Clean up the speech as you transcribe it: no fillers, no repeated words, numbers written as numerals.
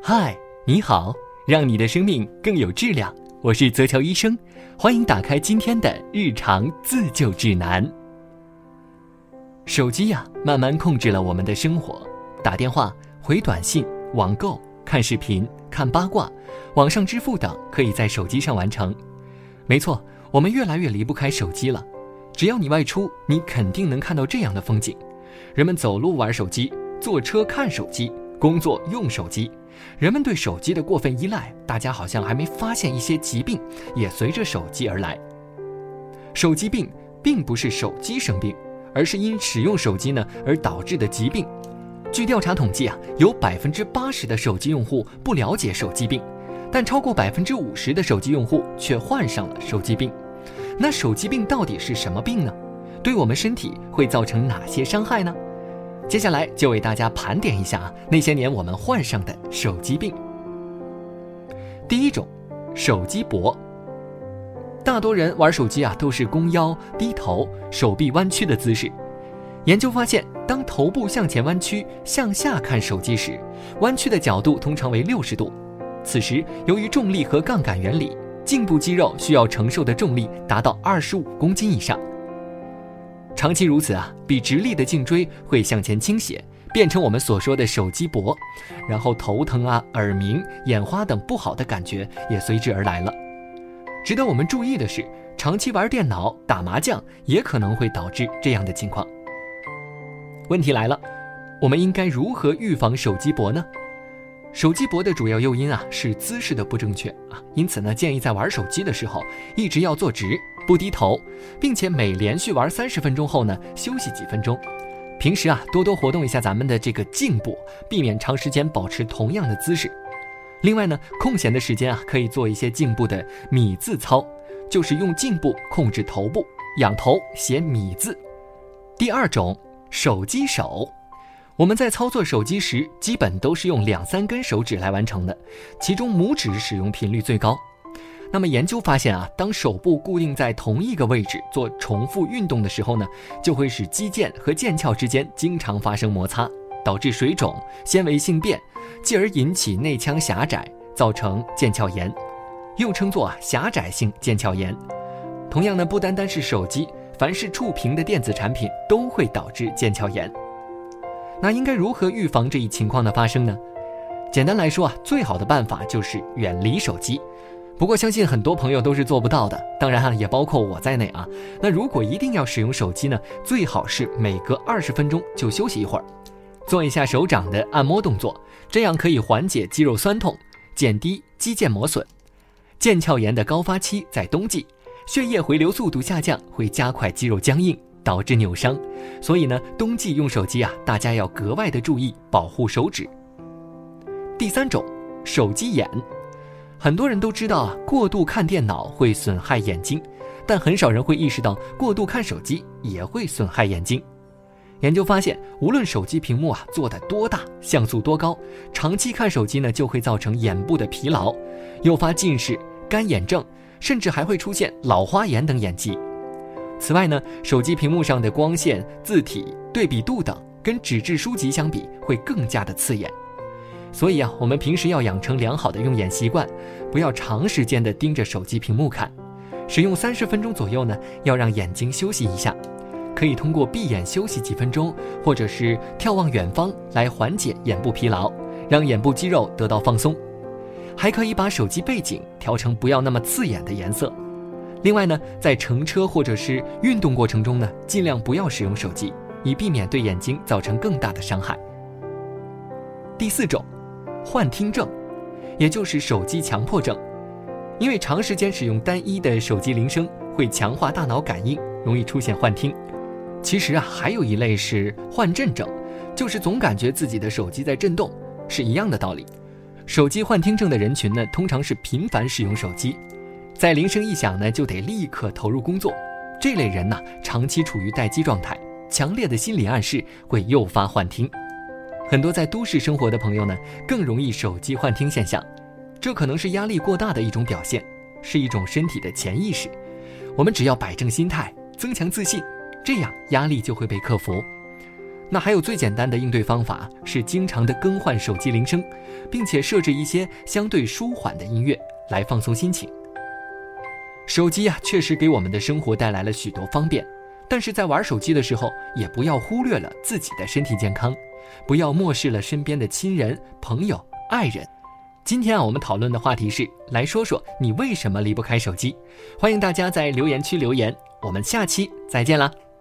嗨，你好，让你的生命更有质量。我是泽乔医生，欢迎打开今天的日常自救指南。手机呀，慢慢控制了我们的生活，打电话、回短信、网购、看视频、看八卦、网上支付等可以在手机上完成。没错，我们越来越离不开手机了。只要你外出，你肯定能看到这样的风景：人们走路玩手机，坐车看手机，工作用手机。人们对手机的过分依赖，大家好像还没发现一些疾病也随着手机而来。手机病并不是手机生病，而是因使用手机呢而导致的疾病。据调查统计啊，有 80% 的手机用户不了解手机病，但超过 50% 的手机用户却患上了手机病。那手机病到底是什么病呢？对我们身体会造成哪些伤害呢？接下来就为大家盘点一下那些年我们患上的手机病。第一种，手机跛。大多人玩手机都是弓腰、低头、手臂弯曲的姿势。研究发现，当头部向前弯曲，向下看手机时，弯曲的角度通常为60度。此时，由于重力和杠杆原理，颈部肌肉需要承受的重力达到25公斤以上。长期如此比直立的颈椎会向前倾斜，变成我们所说的手机跛，然后头疼耳鸣、眼花等不好的感觉也随之而来了。值得我们注意的是，长期玩电脑、打麻将也可能会导致这样的情况。问题来了，我们应该如何预防手机跛呢？手机跛的主要诱因是姿势的不正确因此呢，建议在玩手机的时候一直要坐直，不低头，并且每连续玩30分钟后呢，休息几分钟。平时多多活动一下咱们的这个颈部，避免长时间保持同样的姿势。另外呢，空闲的时间可以做一些颈部的米字操，就是用颈部控制头部，仰头写米字。第二种，手机手。我们在操作手机时，基本都是用2-3根手指来完成的，其中拇指使用频率最高。那么研究发现当手部固定在同一个位置做重复运动的时候呢，就会使肌腱和腱鞘之间经常发生摩擦，导致水肿、纤维性变，继而引起内腔狭窄，造成腱鞘炎，又称作狭窄性腱鞘炎。同样呢，不单单是手机，凡是触屏的电子产品都会导致腱鞘炎。那应该如何预防这一情况的发生呢？简单来说最好的办法就是远离手机。不过相信很多朋友都是做不到的，当然也包括我在内那如果一定要使用手机呢，最好是每隔20分钟就休息一会儿，做一下手掌的按摩动作，这样可以缓解肌肉酸痛，减低肌腱磨损。腱鞘炎的高发期在冬季，血液回流速度下降，会加快肌肉僵硬，导致扭伤。所以呢，冬季用手机大家要格外的注意保护手指。第三种，手机眼。很多人都知道过度看电脑会损害眼睛，但很少人会意识到过度看手机也会损害眼睛。研究发现，无论手机屏幕做得多大，像素多高，长期看手机呢就会造成眼部的疲劳，诱发近视、干眼症，甚至还会出现老花眼等眼疾。此外呢，手机屏幕上的光线、字体、对比度等跟纸质书籍相比会更加的刺眼。所以我们平时要养成良好的用眼习惯，不要长时间的盯着手机屏幕看，使用30分钟左右呢，要让眼睛休息一下，可以通过闭眼休息几分钟，或者是眺望远方来缓解眼部疲劳，让眼部肌肉得到放松。还可以把手机背景调成不要那么刺眼的颜色。另外呢，在乘车或者是运动过程中呢，尽量不要使用手机，以避免对眼睛造成更大的伤害。第四种，幻听症，也就是手机强迫症。因为长时间使用单一的手机铃声，会强化大脑感应，容易出现幻听。其实还有一类是幻振症，就是总感觉自己的手机在震动，是一样的道理。手机幻听症的人群呢，通常是频繁使用手机，在铃声一响呢，就得立刻投入工作。这类人长期处于待机状态，强烈的心理暗示会诱发幻听。很多在都市生活的朋友呢，更容易手机幻听现象，这可能是压力过大的一种表现，是一种身体的潜意识。我们只要摆正心态，增强自信，这样压力就会被克服。 那还有最简单的应对方法是经常的更换手机铃声，并且设置一些相对舒缓的音乐来放松心情。手机确实给我们的生活带来了许多方便，但是在玩手机的时候，也不要忽略了自己的身体健康，不要漠视了身边的亲人、朋友、爱人。今天我们讨论的话题是来说说你为什么离不开手机。欢迎大家在留言区留言，我们下期再见啦。